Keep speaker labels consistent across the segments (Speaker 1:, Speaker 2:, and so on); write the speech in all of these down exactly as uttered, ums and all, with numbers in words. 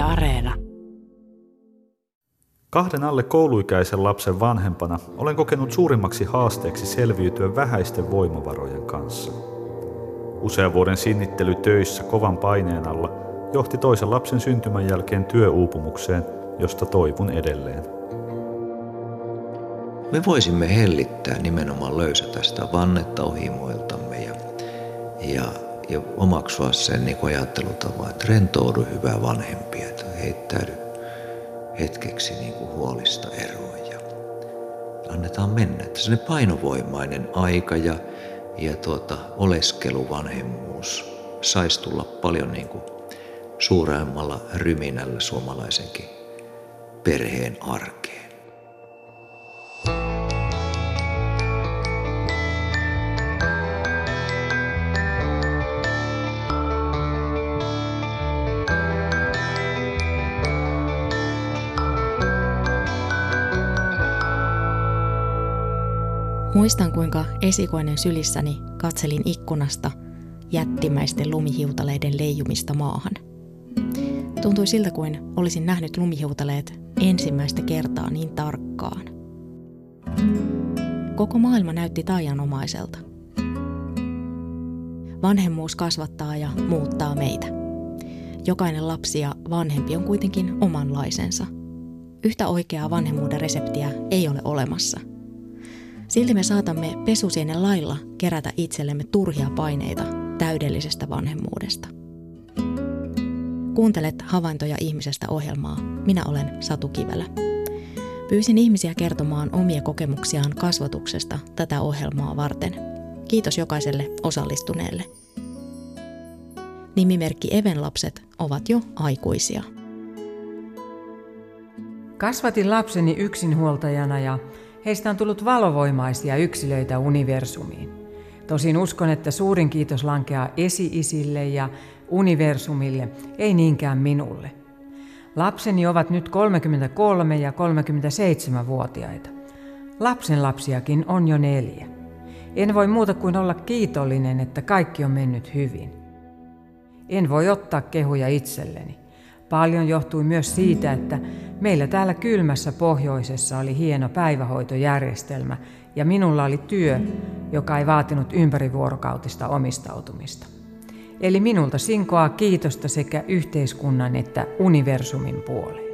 Speaker 1: Areena.
Speaker 2: Kahden alle kouluikäisen lapsen vanhempana olen kokenut suurimmaksi haasteeksi selviytyä vähäisten voimavarojen kanssa. Usean vuoden sinnittely töissä kovan paineen alla johti toisen lapsen syntymän jälkeen työuupumukseen, josta toivun edelleen.
Speaker 3: Me voisimme hellittää nimenomaan löysätä sitä vannetta ohimoiltamme ja, ja, ja omaksua sen niin kuin ajattelutavan, että rentoudu hyvää vanhempia, että heittäydy hetkeksi niin kuin huolista eroon ja annetaan mennä. Että se painovoimainen aika ja, ja tuota, oleskelu, vanhemmuus saisi tulla paljon niin kuin suuremmalla ryminällä suomalaisenkin perheen arkeen.
Speaker 4: Muistan, kuinka esikoinen sylissäni katselin ikkunasta jättimäisten lumihiutaleiden leijumista maahan. Tuntui siltä, kuin olisin nähnyt lumihiutaleet ensimmäistä kertaa niin tarkkaan. Koko maailma näytti taianomaiselta. Vanhemmuus kasvattaa ja muuttaa meitä. Jokainen lapsi ja vanhempi on kuitenkin omanlaisensa. Yhtä oikeaa vanhemmuuden reseptiä ei ole olemassa. Silti me saatamme pesusienen lailla kerätä itsellemme turhia paineita täydellisestä vanhemmuudesta. Kuuntelet Havaintoja ihmisestä -ohjelmaa. Minä olen Satu Kivelä. Pyysin ihmisiä kertomaan omia kokemuksiaan kasvatuksesta tätä ohjelmaa varten. Kiitos jokaiselle osallistuneelle. Nimimerkki Even lapset ovat jo aikuisia.
Speaker 5: Kasvatin lapseni yksinhuoltajana ja heistä on tullut valovoimaisia yksilöitä universumiin. Tosin uskon, että suurin kiitos lankeaa esi-isille ja universumille, ei niinkään minulle. Lapseni ovat nyt kolmekymmentäkolme- ja kolmekymmentäseitsemän-vuotiaita. Lapsenlapsiakin on jo neljä. En voi muuta kuin olla kiitollinen, että kaikki on mennyt hyvin. En voi ottaa kehuja itselleni. Paljon johtui myös siitä, että meillä täällä kylmässä pohjoisessa oli hieno päivähoitojärjestelmä ja minulla oli työ, joka ei vaatinut ympärivuorokautista omistautumista. Eli minulta sinkoaa kiitosta sekä yhteiskunnan että universumin puoleen.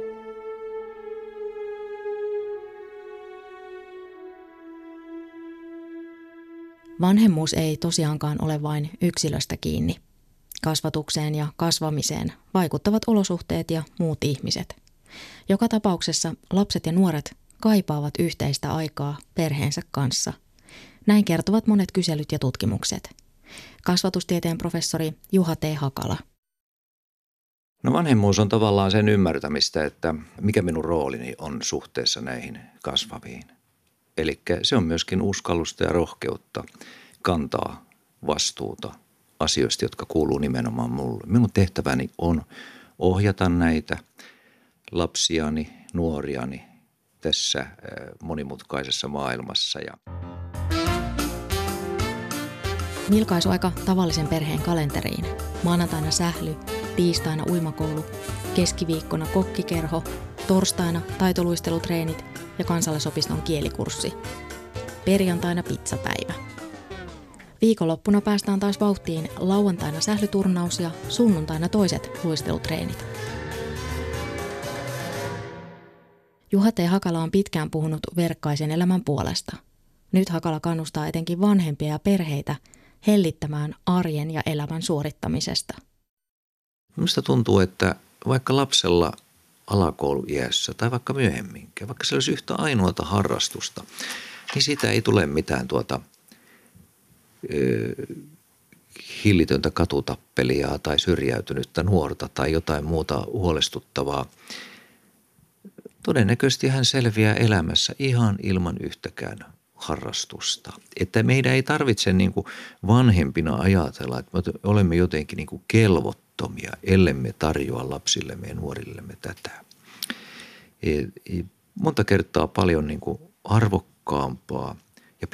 Speaker 4: Vanhemmuus ei tosiaankaan ole vain yksilöstä kiinni. Kasvatukseen ja kasvamiseen vaikuttavat olosuhteet ja muut ihmiset. Joka tapauksessa lapset ja nuoret kaipaavat yhteistä aikaa perheensä kanssa. Näin kertovat monet kyselyt ja tutkimukset. Kasvatustieteen professori Juha T. Hakala.
Speaker 3: No vanhemmuus on tavallaan sen ymmärtämistä, että mikä minun roolini on suhteessa näihin kasvaviin. Eli se on myöskin uskallusta ja rohkeutta kantaa vastuuta asioista, jotka kuuluu nimenomaan mulle. Minun tehtäväni on ohjata näitä lapsiani, nuoriani tässä monimutkaisessa maailmassa.
Speaker 4: Vilkaisuaika tavallisen perheen kalenteriin. Maanantaina sähly, tiistaina uimakoulu, keskiviikkona kokkikerho, torstaina taitoluistelutreenit ja kansalaisopiston kielikurssi. Perjantaina pizzapäivä. Viikonloppuna päästään taas vauhtiin, lauantaina sählyturnaus ja sunnuntaina toiset luistelutreenit. Juha T. Hakala on pitkään puhunut verkkaisen elämän puolesta. Nyt Hakala kannustaa etenkin vanhempia ja perheitä hellittämään arjen ja elämän suorittamisesta.
Speaker 3: Minusta tuntuu, että vaikka lapsella alakouluiässä tai vaikka myöhemminkin, vaikka se olisi yhtä ainoata harrastusta, niin siitä ei tule mitään tuota ö, hillitöntä katutappelijaa tai syrjäytynyttä nuorta tai jotain muuta huolestuttavaa. Todennäköisesti hän selviää elämässä ihan ilman yhtäkään harrastusta. Että meidän ei tarvitse niin kuin vanhempina ajatella, että me olemme jotenkin niin kuin kelvottomia, ellemme tarjoa lapsillemme ja nuorillemme tätä. Monta kertaa paljon niin kuin arvokkaampaa ja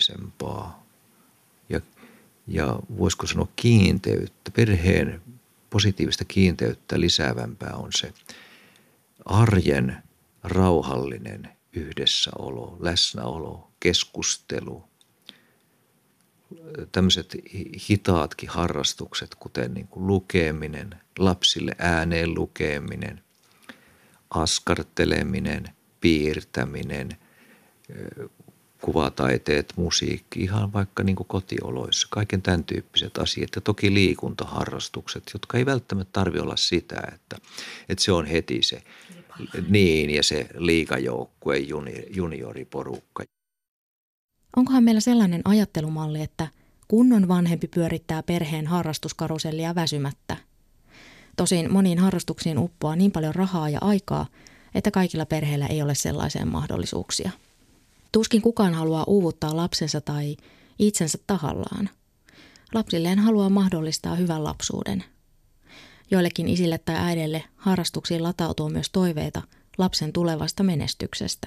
Speaker 3: pitkävaikutteisempaa ja, ja voisiko sanoa kiinteyttä, perheen positiivista kiinteyttä lisäävämpää on se arjen rauhallinen yhdessäolo, läsnäolo, keskustelu, tämmöiset hitaatkin harrastukset, kuten niin kuin lukeminen, lapsille ääneen lukeminen, askarteleminen, piirtäminen, kuvataiteet, musiikki, ihan vaikka niin kuin kotioloissa, kaiken tämän tyyppiset asiat ja toki liikuntaharrastukset, jotka ei välttämättä tarvitse olla sitä, että, että se on heti se niin ja se liigajoukkue, juni, junioriporukka.
Speaker 4: Onkohan meillä sellainen ajattelumalli, että kunnon vanhempi pyörittää perheen harrastuskarusellia väsymättä? Tosin moniin harrastuksiin uppoaa niin paljon rahaa ja aikaa, että kaikilla perheillä ei ole sellaiseen mahdollisuuksia. Tuskin kukaan haluaa uuvuttaa lapsensa tai itsensä tahallaan. Lapsilleen haluaa mahdollistaa hyvän lapsuuden. Joillekin isille tai äideille harrastuksiin latautuu myös toiveita lapsen tulevasta menestyksestä.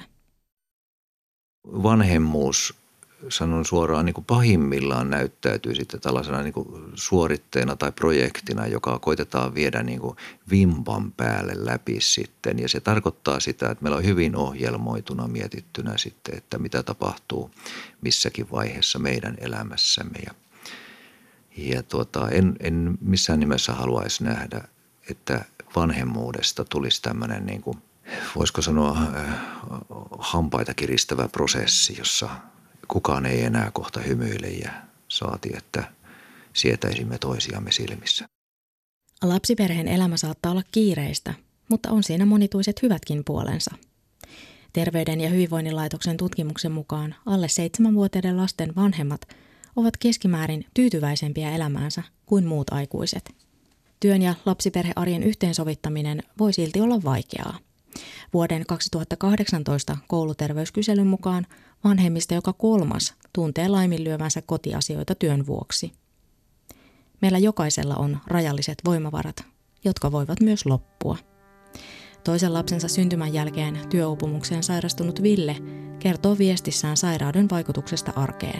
Speaker 3: Vanhemmuus, sanon suoraan, niin kuin pahimmillaan näyttäytyy sitten tällaisena niin kuin suoritteena tai projektina, joka koitetaan viedä niin kuin vimpan päälle läpi sitten. Ja se tarkoittaa sitä, että meillä on hyvin ohjelmoituna mietittynä sitten, että mitä tapahtuu missäkin vaiheessa meidän elämässämme. Ja, ja tuota, en, en missään nimessä haluaisi nähdä, että vanhemmuudesta tulisi tämmöinen niin kuin, voisiko sanoa, hampaita kiristävä prosessi, jossa kukaan ei enää kohta hymyile ja saati, että sietäisimme toisiamme silmissä.
Speaker 4: Lapsiperheen elämä saattaa olla kiireistä, mutta on siinä monituiset hyvätkin puolensa. Terveyden ja hyvinvoinnin laitoksen tutkimuksen mukaan alle seitsemänvuotiaiden lasten vanhemmat ovat keskimäärin tyytyväisempiä elämäänsä kuin muut aikuiset. Työn ja lapsiperhearjen yhteensovittaminen voi silti olla vaikeaa. Vuoden kaksituhattakahdeksantoista kouluterveyskyselyn mukaan vanhemmista joka kolmas tuntee laiminlyövänsä kotiasioita työn vuoksi. Meillä jokaisella on rajalliset voimavarat, jotka voivat myös loppua. Toisen lapsensa syntymän jälkeen työuupumukseen sairastunut Ville kertoo viestissään sairauden vaikutuksesta arkeen.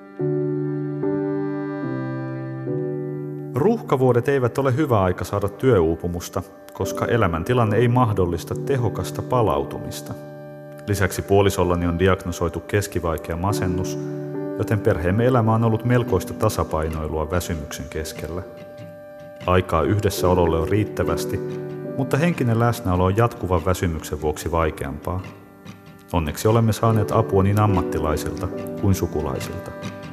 Speaker 2: Ruuhkavuodet eivät ole hyvä aika saada työuupumusta, koska elämäntilanne ei mahdollista tehokasta palautumista. Lisäksi puolisollani on diagnosoitu keskivaikea masennus, joten perheemme elämä on ollut melkoista tasapainoilua väsymyksen keskellä. Aikaa yhdessäololle on riittävästi, mutta henkinen läsnäolo on jatkuvan väsymyksen vuoksi vaikeampaa. Onneksi olemme saaneet apua niin ammattilaisilta kuin sukulaisilta.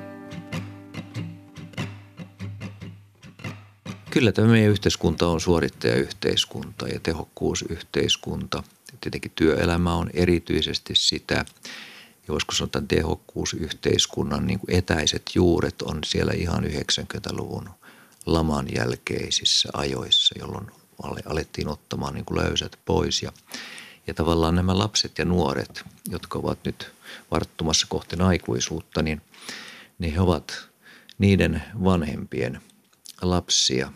Speaker 3: Kyllä tämä meidän yhteiskunta on suorittajayhteiskunta ja tehokkuusyhteiskunta. Tietenkin työelämä on erityisesti sitä. Ja voisiko sanoa, että tehokkuusyhteiskunnan niin kuin etäiset juuret on siellä ihan yhdeksänkymmentäluvun laman jälkeisissä ajoissa, jolloin alettiin ottamaan niin kuin löysät pois. Ja, ja tavallaan nämä lapset ja nuoret, jotka ovat nyt varttumassa kohti aikuisuutta, niin, niin he ovat niiden vanhempien lapsia,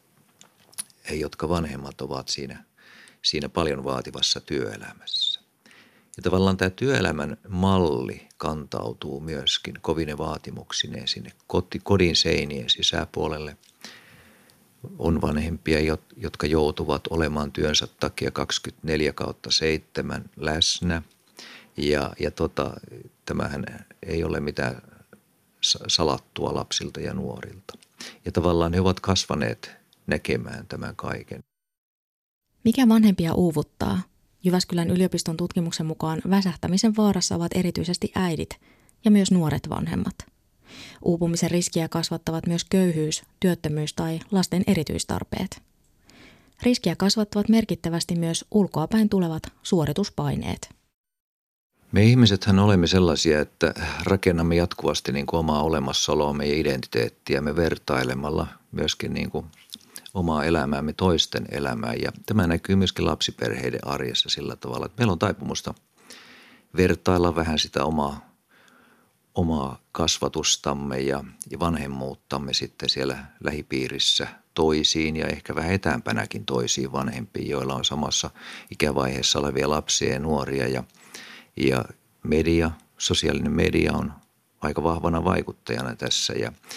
Speaker 3: jotka vanhemmat ovat siinä, siinä paljon vaativassa työelämässä. Ja tavallaan tämä työelämän malli kantautuu myöskin kovine vaatimuksineen sinne koti, kodin seinien sisäpuolelle. On vanhempia, jotka joutuvat olemaan työnsä takia kaksikymmentäneljä kautta seitsemän läsnä. Ja, ja tota, tämähän ei ole mitään salattua lapsilta ja nuorilta. Ja tavallaan he ovat kasvaneet näkemään tämän kaiken.
Speaker 4: Mikä vanhempia uuvuttaa? Jyväskylän yliopiston tutkimuksen mukaan väsähtämisen vaarassa ovat erityisesti äidit ja myös nuoret vanhemmat. Uupumisen riskiä kasvattavat myös köyhyys, työttömyys tai lasten erityistarpeet. Riskiä kasvattavat merkittävästi myös ulkoapäin tulevat suorituspaineet.
Speaker 3: Me ihmisethän olemme sellaisia, että rakennamme jatkuvasti niin kuin omaa olemassaoloamme ja identiteettiämme vertailemalla myöskin niin kuin omaa elämäämme toisten elämään. Ja tämä näkyy myöskin lapsiperheiden arjessa sillä tavalla, että meillä on taipumusta vertailla vähän sitä omaa, omaa kasvatustamme ja, ja vanhemmuuttamme sitten siellä lähipiirissä toisiin ja ehkä vähän etäämpänäkin toisiin vanhempiin, joilla on samassa ikävaiheessa olevia lapsia ja nuoria. Ja, ja media, sosiaalinen media on aika vahvana vaikuttajana tässä ja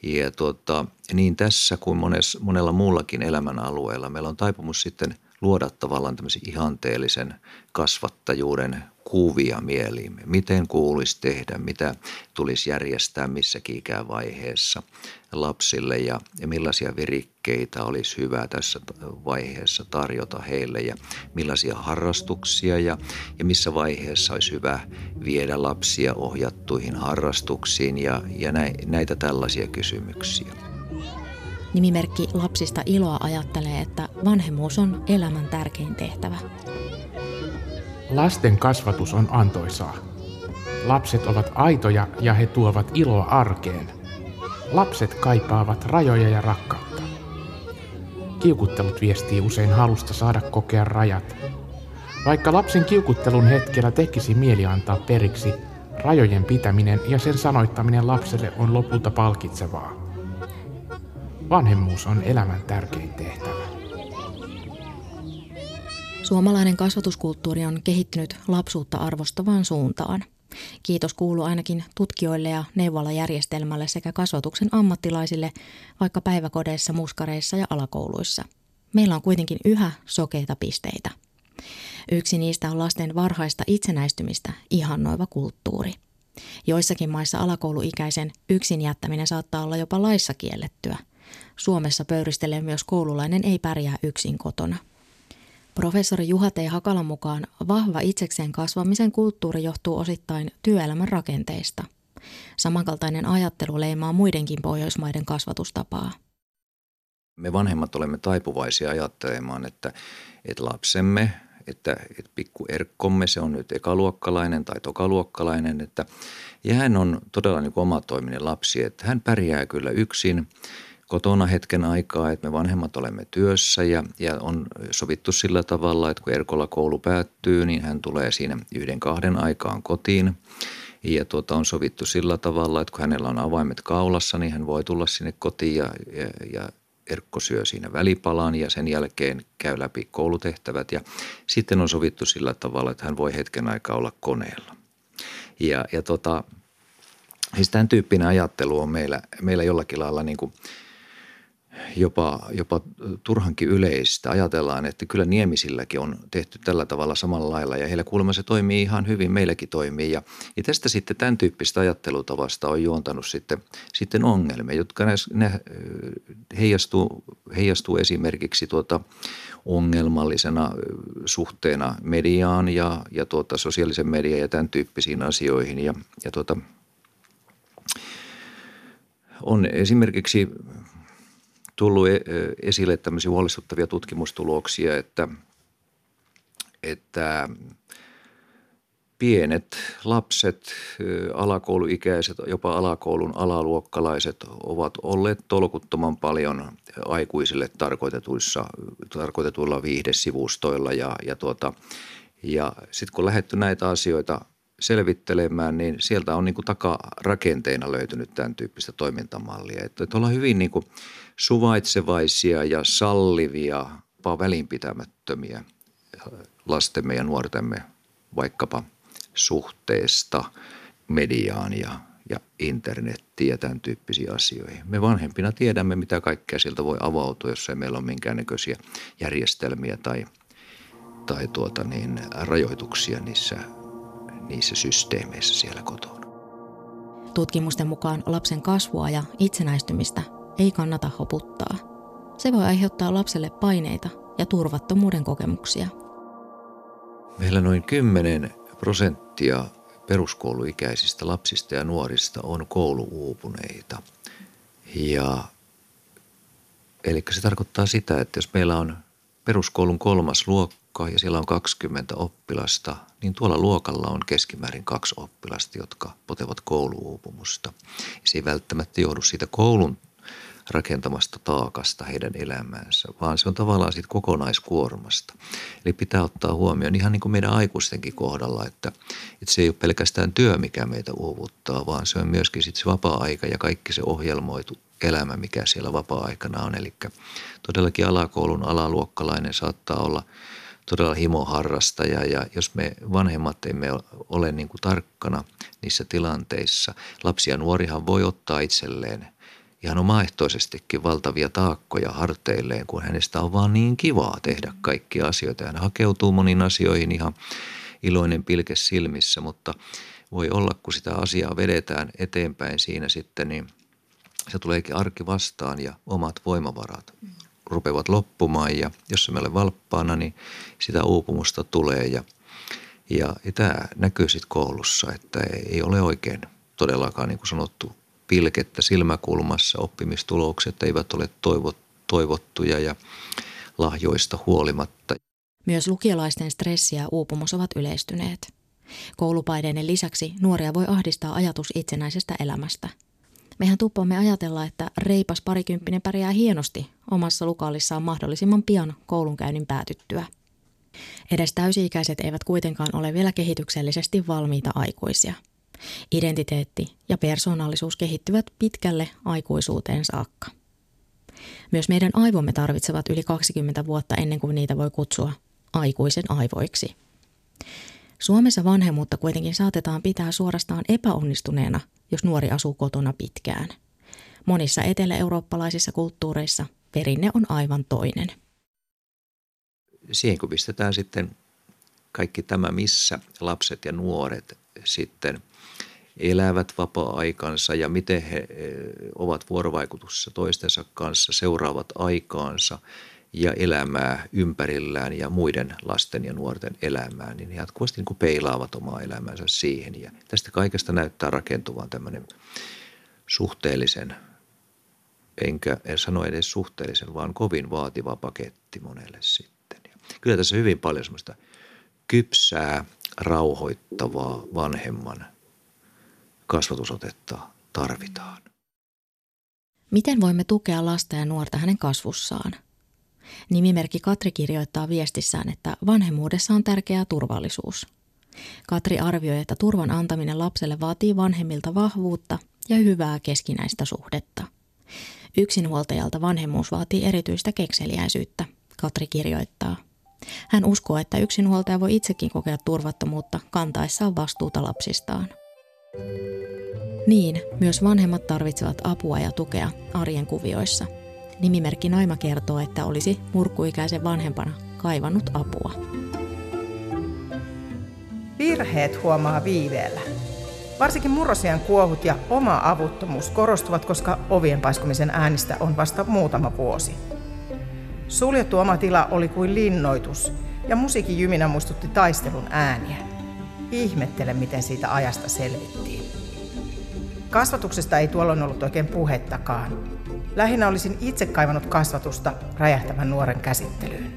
Speaker 3: Ja tuota, niin tässä kuin mones, monella muullakin elämän alueella meillä on taipumus sitten luoda tavallaan tämmöisen ihanteellisen kasvattajuuden kuvia mieliimme. Miten kuulisi tehdä, mitä tulisi järjestää missäkin ikävaiheessa lapsille ja, ja millaisia virikkeitä olisi hyvä tässä vaiheessa tarjota heille ja millaisia harrastuksia ja, ja missä vaiheessa olisi hyvä viedä lapsia ohjattuihin harrastuksiin ja, ja näitä tällaisia kysymyksiä.
Speaker 4: Nimimerkki Lapsista iloa ajattelee, että vanhemmuus on elämän tärkein tehtävä.
Speaker 1: Lasten kasvatus on antoisaa. Lapset ovat aitoja ja he tuovat iloa arkeen. Lapset kaipaavat rajoja ja rakkautta. Kiukuttelut viestii usein halusta saada kokea rajat. Vaikka lapsen kiukuttelun hetkellä tekisi mieli antaa periksi, rajojen pitäminen ja sen sanoittaminen lapselle on lopulta palkitsevaa. Vanhemmuus on elämän tärkein tehtävä.
Speaker 4: Suomalainen kasvatuskulttuuri on kehittynyt lapsuutta arvostavaan suuntaan. Kiitos kuuluu ainakin tutkijoille ja neuvolajärjestelmälle sekä kasvatuksen ammattilaisille, vaikka päiväkodeissa, muskareissa ja alakouluissa. Meillä on kuitenkin yhä sokeita pisteitä. Yksi niistä on lasten varhaista itsenäistymistä ihannoiva kulttuuri. Joissakin maissa alakouluikäisen yksin jättäminen saattaa olla jopa laissa kiellettyä. Suomessa pöyristelee myös koululainen ei pärjää yksin kotona. Professori Juha T. Hakalan mukaan vahva itsekseen kasvamisen kulttuuri johtuu osittain työelämän rakenteista. Samankaltainen ajattelu leimaa muidenkin Pohjoismaiden kasvatustapaa.
Speaker 3: Me vanhemmat olemme taipuvaisia ajattelemaan, että, että lapsemme, että, että pikku Erkkomme, se on nyt ekaluokkalainen tai tokaluokkalainen, että, ja hän on todella niin kuin omatoiminen lapsi, että hän pärjää kyllä yksin kotona hetken aikaa, että me vanhemmat olemme työssä ja, ja on sovittu sillä tavalla, että kun Erkolla koulu päättyy, niin hän tulee siinä yhden kahden aikaan kotiin. Ja tuota, on sovittu sillä tavalla, että kun hänellä on avaimet kaulassa, niin hän voi tulla sinne kotiin ja, ja, ja Erkko syö siinä välipalan ja sen jälkeen käy läpi koulutehtävät. Ja sitten on sovittu sillä tavalla, että hän voi hetken aikaa olla koneella. Ja, ja tota, siis tämän tyyppinen ajattelu on meillä, meillä jollakin lailla niin kuin Jopa, jopa turhankin yleistä. Ajatellaan, että kyllä Niemisilläkin on tehty tällä tavalla samalla lailla ja heillä kuulemma se toimii ihan hyvin, meilläkin toimii. Ja, ja tästä sitten tämän tyyppistä ajattelutavasta on juontanut sitten, sitten ongelmia, jotka ne, ne heijastuu, heijastuu esimerkiksi tuota ongelmallisena suhteena mediaan ja, ja tuota sosiaalisen median ja tämän tyyppisiin asioihin. Ja, ja tuota, on esimerkiksi tullut esille tämmöisiä huolestuttavia tutkimustuloksia, että, että pienet lapset, alakouluikäiset, jopa alakoulun alaluokkalaiset ovat olleet tolkuttoman paljon aikuisille tarkoitetuissa, tarkoitetuilla viihdesivustoilla ja, ja, tuota, ja sitten kun lähdetty näitä asioita selvittelemään, niin sieltä on niin kuin takarakenteena löytynyt tämän tyyppistä toimintamallia. Että, että ollaan hyvin niin kuin suvaitsevaisia ja sallivia, jopa välinpitämättömiä lastemme ja nuortemme vaikkapa suhteesta mediaan ja, ja internettiin ja tämän tyyppisiin asioihin. Me vanhempina tiedämme, mitä kaikkea sieltä voi avautua, jos ei meillä ole minkäännäköisiä järjestelmiä tai, tai tuota niin, rajoituksia niissä niissä systeemeissä siellä kotona.
Speaker 4: Tutkimusten mukaan lapsen kasvua ja itsenäistymistä ei kannata hoputtaa. Se voi aiheuttaa lapselle paineita ja turvattomuuden kokemuksia.
Speaker 3: Meillä noin kymmenen prosenttia peruskouluikäisistä lapsista ja nuorista on kouluuupuneita. Ja, eli se tarkoittaa sitä, että jos meillä on peruskoulun kolmas luokka ja siellä on kaksikymmentä oppilasta, niin tuolla luokalla on keskimäärin kaksi oppilasta, jotka potevat kouluuupumusta. Se ei välttämättä johdu siitä koulun rakentamasta taakasta heidän elämäänsä, vaan se on tavallaan siitä kokonaiskuormasta. Eli pitää ottaa huomioon ihan niin kuin meidän aikuistenkin kohdalla, että, että se ei ole pelkästään työ, mikä meitä uuvuttaa, vaan se on myöskin sitten se vapaa-aika ja kaikki se ohjelmoitu elämä, mikä siellä vapaa-aikana on. Eli todellakin alakoulun alaluokkalainen saattaa olla todella himoharrastaja ja jos me vanhemmat emme ole niin kuin tarkkana niissä tilanteissa, lapsi ja nuorihan voi ottaa itselleen ihan omaehtoisestikin valtavia taakkoja harteilleen, kun hänestä on vaan niin kivaa tehdä kaikkia asioita. Hän hakeutuu moniin asioihin ihan iloinen pilke silmissä, mutta voi olla, kun sitä asiaa vedetään eteenpäin siinä sitten, niin se tuleekin arki vastaan ja omat voimavarat rupeavat loppumaan. Ja jos se meille valppaana, niin sitä uupumusta tulee ja, ja, ja tämä näkyy sitten koulussa, että ei ole oikein todellakaan niin kuin sanottu pilkettä silmäkulmassa, oppimistulokset eivät ole toivot, toivottuja ja lahjoista huolimatta.
Speaker 4: Myös lukiolaisten stressi ja uupumus ovat yleistyneet. Koulupaineiden lisäksi nuoria voi ahdistaa ajatus itsenäisestä elämästä. Mehän tuppoamme ajatella, että reipas parikymppinen pärjää hienosti omassa lukaalissaan mahdollisimman pian koulunkäynnin päätyttyä. Edes täysi-ikäiset eivät kuitenkaan ole vielä kehityksellisesti valmiita aikuisia. Identiteetti ja persoonallisuus kehittyvät pitkälle aikuisuuteen saakka. Myös meidän aivomme tarvitsevat yli kaksikymmentä vuotta ennen kuin niitä voi kutsua aikuisen aivoiksi. Suomessa vanhemmuutta kuitenkin saatetaan pitää suorastaan epäonnistuneena, jos nuori asuu kotona pitkään. Monissa etelä-eurooppalaisissa kulttuureissa perinne on aivan toinen.
Speaker 3: Siihen kun pistetään sitten kaikki tämä, missä lapset ja nuoret sitten elävät vapaa-aikansa ja miten he ovat vuorovaikutuksessa toistensa kanssa, seuraavat aikaansa ja elämää ympärillään ja muiden lasten ja nuorten elämään, niin he jatkuvasti niin kuin peilaavat omaa elämäänsä siihen. Ja tästä kaikesta näyttää rakentuvan tämmöinen suhteellisen, enkä en sano edes suhteellisen, vaan kovin vaativa paketti monelle sitten. Ja kyllä tässä hyvin paljon semmoista kypsää, rauhoittavaa vanhemman kasvatusotetta tarvitaan.
Speaker 4: Miten voimme tukea lasta ja nuorta hänen kasvussaan? Nimimerkki Katri kirjoittaa viestissään, että vanhemmuudessa on tärkeää turvallisuus. Katri arvioi, että turvan antaminen lapselle vaatii vanhemmilta vahvuutta ja hyvää keskinäistä suhdetta. Yksinhuoltajalta vanhemmuus vaatii erityistä kekseliäisyyttä, Katri kirjoittaa. Hän uskoo, että yksinhuoltaja voi itsekin kokea turvattomuutta kantaessaan vastuuta lapsistaan. Niin, myös vanhemmat tarvitsevat apua ja tukea arjen kuvioissa. Nimimerkki Naima kertoo, että olisi murkkuikäisen vanhempana kaivannut apua.
Speaker 6: Virheet huomaa viiveellä. Varsinkin murrosiän kuohut ja oma avuttomuus korostuvat, koska ovien paiskumisen äänistä on vasta muutama vuosi. Suljettu oma tila oli kuin linnoitus ja musiikin jyminä muistutti taistelun ääniä. Ihmettele, miten siitä ajasta selvittiin. Kasvatuksesta ei tuolloin ollut oikein puhettakaan. Lähinnä olisin itse kaivannut kasvatusta räjähtävän nuoren käsittelyyn.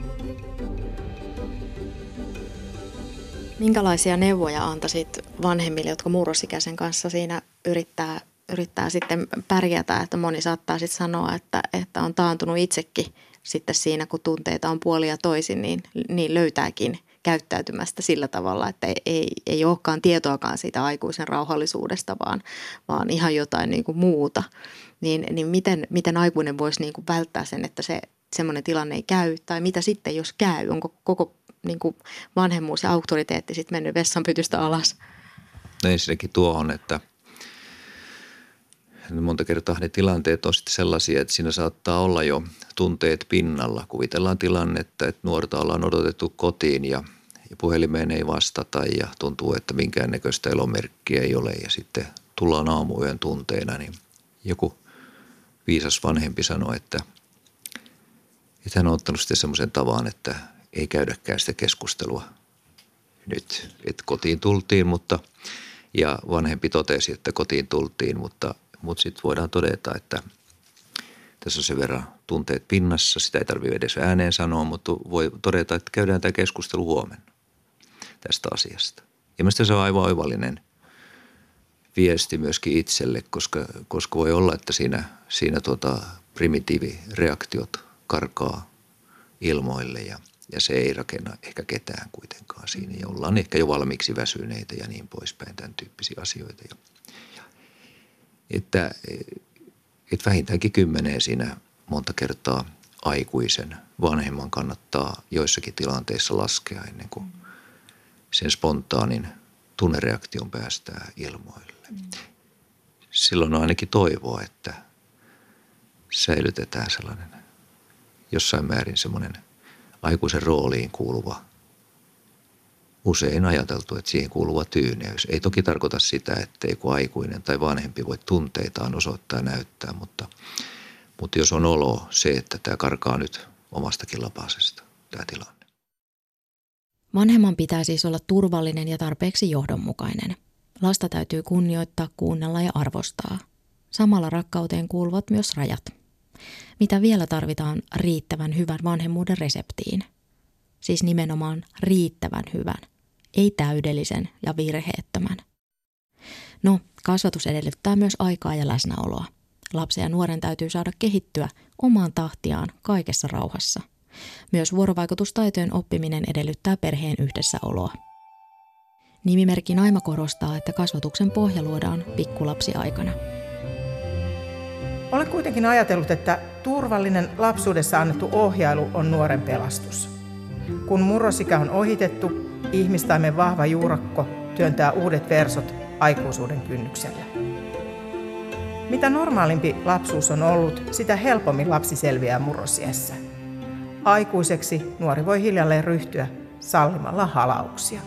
Speaker 4: Minkälaisia neuvoja antaisit vanhemmille, jotka murrosikäisen kanssa siinä yrittää, yrittää sitten pärjätä, että moni saattaa sitten sanoa, että, että on taantunut itsekin sitten siinä, kun tunteita on puolin ja toisin, niin, niin löytääkin käyttäytymästä sillä tavalla, että ei, ei, ei olekaan tietoakaan siitä aikuisen rauhallisuudesta, vaan, vaan ihan jotain niin kuin muuta. Niin, niin miten, miten aikuinen voisi niin kuin välttää sen, että se semmoinen tilanne ei käy, tai mitä sitten, jos käy? Onko koko niin kuin vanhemmuus ja auktoriteetti sitten mennyt vessanpytystä alas?
Speaker 3: No ensinnäkin tuohon, että monta kertaa ne tilanteet on sitten sellaisia, että siinä saattaa olla jo tunteet pinnalla. Kuvitellaan tilannetta, että nuorta ollaan odotettu kotiin ja, ja puhelimeen ei vastata ja tuntuu, että minkäännäköistä elomerkkiä ei ole ja sitten tullaan aamuyön tunteina, niin joku viisas vanhempi sanoi, että, että hän on ottanut sitten semmoisen tavan, että ei käydäkään sitä keskustelua nyt, että kotiin tultiin, mutta ja vanhempi totesi, että kotiin tultiin, mutta, mutta sitten voidaan todeta, että tässä on sen verran tunteet pinnassa, sitä ei tarvitse edes ääneen sanoa, mutta voi todeta, että käydään tämä keskustelu huomenna tästä asiasta. Ja mielestäni se on aivan oivallinen viesti myöskin itselle, koska, koska voi olla, että siinä, siinä tuota primitiivireaktiot karkaa ilmoille ja, ja se ei rakenna ehkä ketään kuitenkaan siinä. Ja ollaan ehkä jo valmiiksi väsyneitä ja niin poispäin, tämän tyyppisiä asioita. Ja, ja, että, että vähintäänkin kymmeneen siinä monta kertaa aikuisen vanhemman kannattaa joissakin tilanteissa laskea ennen kuin sen spontaanin tunnereaktion päästää ilmoille. Silloin on ainakin toivoa, että, säilytetään sellainen jossain määrin semmoinen aikuisen rooliin kuuluva, usein ajateltu, että siihen kuuluva tyyneys. Ei toki tarkoita sitä, että joku aikuinen tai vanhempi voi tunteitaan osoittaa ja näyttää, mutta, mutta jos on olo se, että tämä karkaa nyt omastakin lapasesta, tämä tilanne.
Speaker 4: Vanhemman pitää siis olla turvallinen ja tarpeeksi johdonmukainen. Lasta täytyy kunnioittaa, kuunnella ja arvostaa. Samalla rakkauteen kuuluvat myös rajat. Mitä vielä tarvitaan riittävän hyvän vanhemmuuden reseptiin? Siis nimenomaan riittävän hyvän, ei täydellisen ja virheettömän. No, kasvatus edellyttää myös aikaa ja läsnäoloa. Lapsen ja nuoren täytyy saada kehittyä omaan tahtiaan kaikessa rauhassa. Myös vuorovaikutustaitojen oppiminen edellyttää perheen yhdessäoloa. Nimimerkki Naima korostaa, että kasvatuksen pohja luodaan pikkulapsiaikana.
Speaker 6: Olen kuitenkin ajatellut, että turvallinen lapsuudessa annettu ohjailu on nuoren pelastus. Kun murrosikä on ohitettu, ihmistaimen vahva juurakko työntää uudet versot aikuisuuden kynnyksellä. Mitä normaalimpi lapsuus on ollut, sitä helpommin lapsi selviää murrosiässä. Aikuiseksi nuori voi hiljalleen ryhtyä sallimalla halauksia.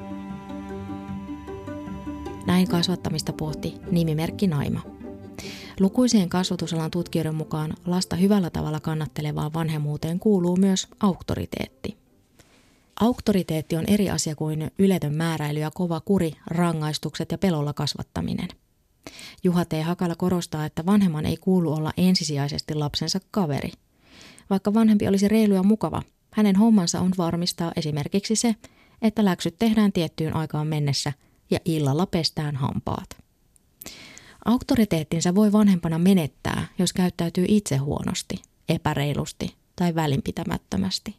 Speaker 4: Näin kasvattamista pohti nimimerkki Naima. Lukuisien kasvatusalan tutkijoiden mukaan lasta hyvällä tavalla kannattelevaan vanhemmuuteen kuuluu myös auktoriteetti. Auktoriteetti on eri asia kuin yletön määräily ja kova kuri, rangaistukset ja pelolla kasvattaminen. Juha T. Hakala korostaa, että vanhemman ei kuulu olla ensisijaisesti lapsensa kaveri. Vaikka vanhempi olisi reilu ja mukava, hänen hommansa on varmistaa esimerkiksi se, että läksyt tehdään tiettyyn aikaan mennessä ja illalla pestään hampaat. Auktoriteettinsa voi vanhempana menettää, jos käyttäytyy itse huonosti, epäreilusti tai välinpitämättömästi.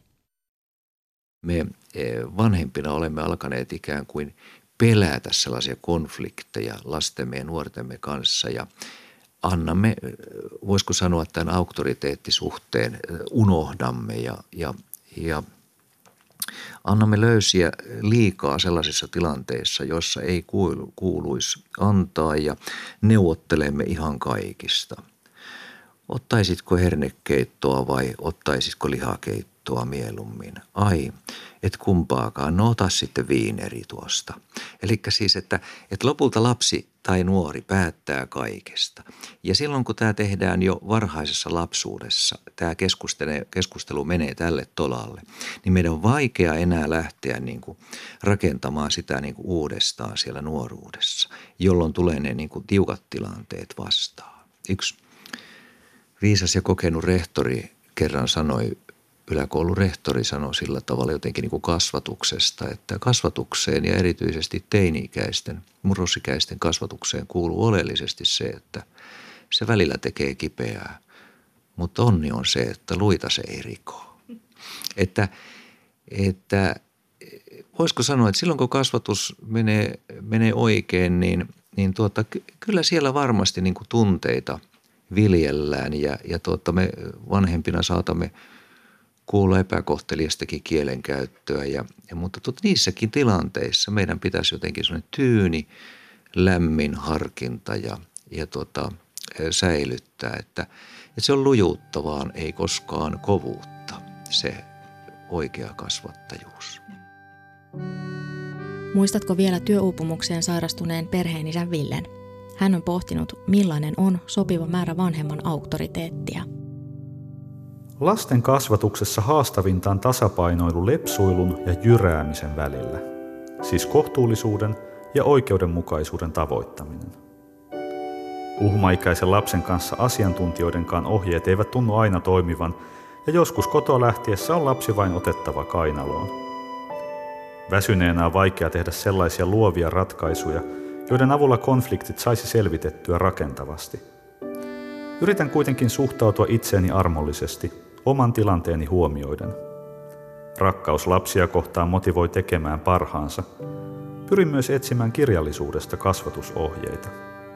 Speaker 3: Me vanhempina olemme alkaneet ikään kuin pelätä sellaisia konflikteja lastemme ja nuortemme kanssa ja annamme, voisiko sanoa, tämän auktoriteettisuhteen unohdamme ja, ja, ja annamme löysiä liikaa sellaisissa tilanteissa, joissa ei kuulu, kuuluisi antaa ja neuvottelemme ihan kaikista. Ottaisitko hernekeittoa vai ottaisitko lihakeittoa mieluummin? Ai, et kumpaakaan, no ota sitten viineri tuosta. Eli siis, että, että lopulta lapsi tai nuori päättää kaikesta. Ja silloin kun tämä tehdään jo varhaisessa lapsuudessa, tämä keskustelu menee tälle tolalle, niin meidän on vaikea enää lähteä niin kuin rakentamaan sitä niin kuin uudestaan siellä nuoruudessa, jolloin tulee ne niin kuin tiukat tilanteet vastaan. Yksi viisas ja kokenut rehtori kerran sanoi, yläkoulun rehtori sanoi sillä tavalla jotenkin niin kuin kasvatuksesta, että kasvatukseen ja erityisesti teini-ikäisten, murrosikäisten kasvatukseen kuuluu oleellisesti se, että se välillä tekee kipeää, mutta onni on se, että luita se ei riko. Että, että voisiko sanoa, että silloin kun kasvatus menee, menee oikein, niin, niin tuota, kyllä siellä varmasti niin kuin tunteita viljellään ja, ja tuota, me vanhempina saatamme kuulla epäkohteliastakin kielenkäyttöä, ja, ja, mutta tuota, niissäkin tilanteissa meidän pitäisi jotenkin sellainen tyyni, lämmin harkinta ja, ja tuota, säilyttää, että, että se on lujuutta, vaan ei koskaan kovuutta, se oikea kasvattajuus.
Speaker 4: Muistatko vielä työuupumukseen sairastuneen perheenisän Villen? Hän on pohtinut, millainen on sopiva määrä vanhemman auktoriteettia.
Speaker 2: Lasten kasvatuksessa haastavinta on tasapainoilu lepsuilun ja jyräämisen välillä, siis kohtuullisuuden ja oikeudenmukaisuuden tavoittaminen. Uhmaikäisen lapsen kanssa asiantuntijoidenkaan ohjeet eivät tunnu aina toimivan, ja joskus kotoa lähtiessä on lapsi vain otettava kainaloon. Väsyneenä on vaikea tehdä sellaisia luovia ratkaisuja, joiden avulla konfliktit saisi selvitettyä rakentavasti. Yritän kuitenkin suhtautua itseeni armollisesti, oman tilanteeni huomioiden. Rakkaus lapsia kohtaan motivoi tekemään parhaansa. Pyrin myös etsimään kirjallisuudesta kasvatusohjeita.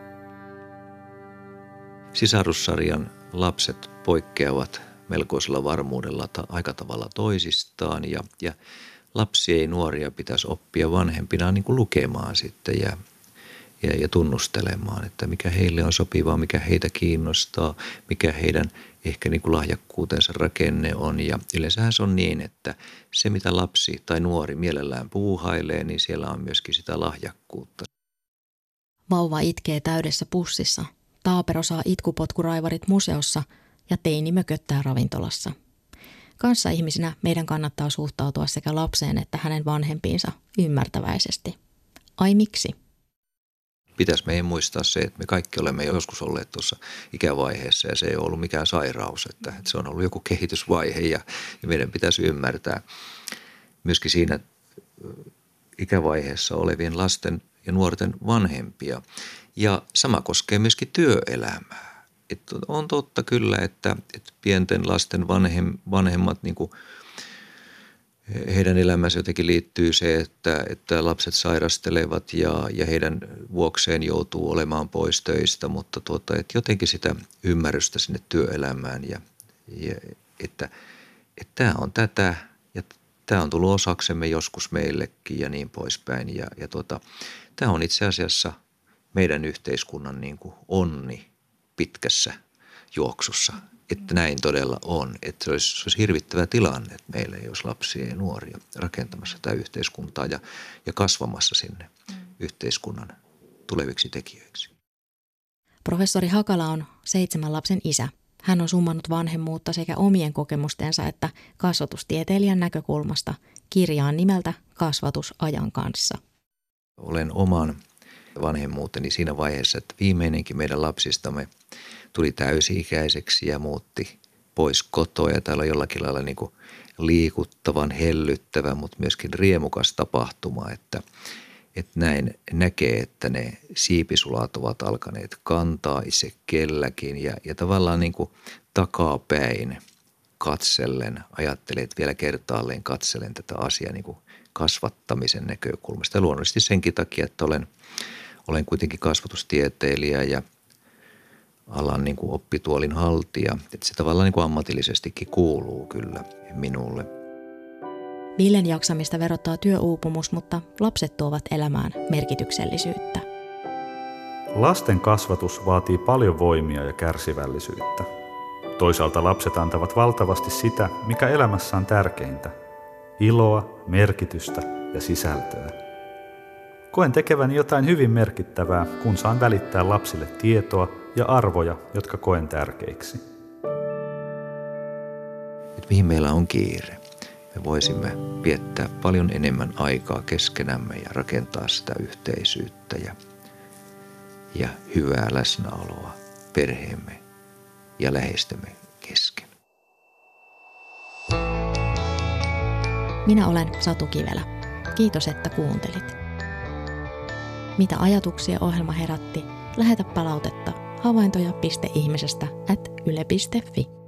Speaker 3: Sisarussarjan lapset poikkeavat melkoisella varmuudella aika tavalla toisistaan ja, ja lapsia ja nuoria pitäisi oppia vanhempina niin kuin lukemaan sitten ja ja, ja tunnustelemaan, että mikä heille on sopivaa, mikä heitä kiinnostaa, mikä heidän ehkä niin kuin lahjakkuutensa rakenne on. Ja yleensähän se on niin, että se mitä lapsi tai nuori mielellään puuhailee, niin siellä on myöskin sitä lahjakkuutta.
Speaker 4: Vauva itkee täydessä pussissa, taapero saa itkupotkuraivarit museossa ja teini mököttää ravintolassa. Kanssaihmisinä meidän kannattaa suhtautua sekä lapseen että hänen vanhempiinsa ymmärtäväisesti. Ai miksi?
Speaker 3: Pitäisi meidän muistaa se, että me kaikki olemme joskus olleet tuossa ikävaiheessa ja se ei ole ollut mikään sairaus, että, että se on ollut joku kehitysvaihe ja, ja meidän pitäisi ymmärtää myöskin siinä ikävaiheessa olevien lasten ja nuorten vanhempia. Ja sama koskee myöskin työelämää. Että on totta kyllä, että, että pienten lasten vanhem, vanhemmat, niin kuin, heidän elämänsä jotenkin liittyy se, että, että lapset sairastelevat ja, ja heidän vuokseen joutuu olemaan pois töistä, mutta tuota, että jotenkin sitä ymmärrystä sinne työelämään ja, ja että, että tämä on tätä ja tämä on tullut osaksemme joskus meillekin ja niin poispäin. Ja, ja tuota, tämä on itse asiassa meidän yhteiskunnan niin kuin onni pitkässä juoksussa, että näin todella on. Että se olisi, se olisi hirvittävä tilanne meille, jos lapsia ja nuoria rakentamassa tätä yhteiskuntaa ja, ja kasvamassa sinne mm. yhteiskunnan tuleviksi tekijöiksi.
Speaker 4: Professori Hakala on seitsemän lapsen isä. Hän on summannut vanhemmuutta sekä omien kokemustensa että kasvatustieteilijän näkökulmasta kirjaan nimeltä Kasvatus ajan kanssa.
Speaker 3: Olen oman vanhemmuuteni siinä vaiheessa, että viimeinenkin meidän lapsistamme tuli täysi-ikäiseksi ja muutti pois kotoa. Ja täällä on jollakin lailla niin kuin liikuttavan, hellyttävä, mutta myöskin riemukas tapahtuma, että, että näin näkee, että ne siipisulat ovat alkaneet kantaa itse kelläkin ja, ja tavallaan niin kuin takapäin katsellen, ajattelen, että vielä kertaalleen katselen tätä asiaa niin kuin kasvattamisen näkökulmasta. Ja luonnollisesti senkin takia, että olen, olen kuitenkin kasvatustieteilijä ja alan niin kuin oppituolin haltija. Että se tavallaan niin kuin ammatillisestikin kuuluu kyllä minulle.
Speaker 4: Villen jaksamista verottaa työuupumus, mutta lapset tuovat elämään merkityksellisyyttä.
Speaker 2: Lasten kasvatus vaatii paljon voimia ja kärsivällisyyttä. Toisaalta lapset antavat valtavasti sitä, mikä elämässä on tärkeintä. Iloa, merkitystä ja sisältöä. Koen tekeväni jotain hyvin merkittävää, kun saan välittää lapsille tietoa ja arvoja, jotka koen tärkeiksi.
Speaker 3: Et mihin meillä on kiire? Me voisimme viettää paljon enemmän aikaa keskenämme ja rakentaa sitä yhteisyyttä ja, ja hyvää läsnäoloa perheemme ja läheistemme kesken.
Speaker 4: Minä olen Satu Kivelä. Kiitos, että kuuntelit. Mitä ajatuksia ohjelma herätti? Lähetä palautetta havaintoja piste ihmisestä at yle piste fi.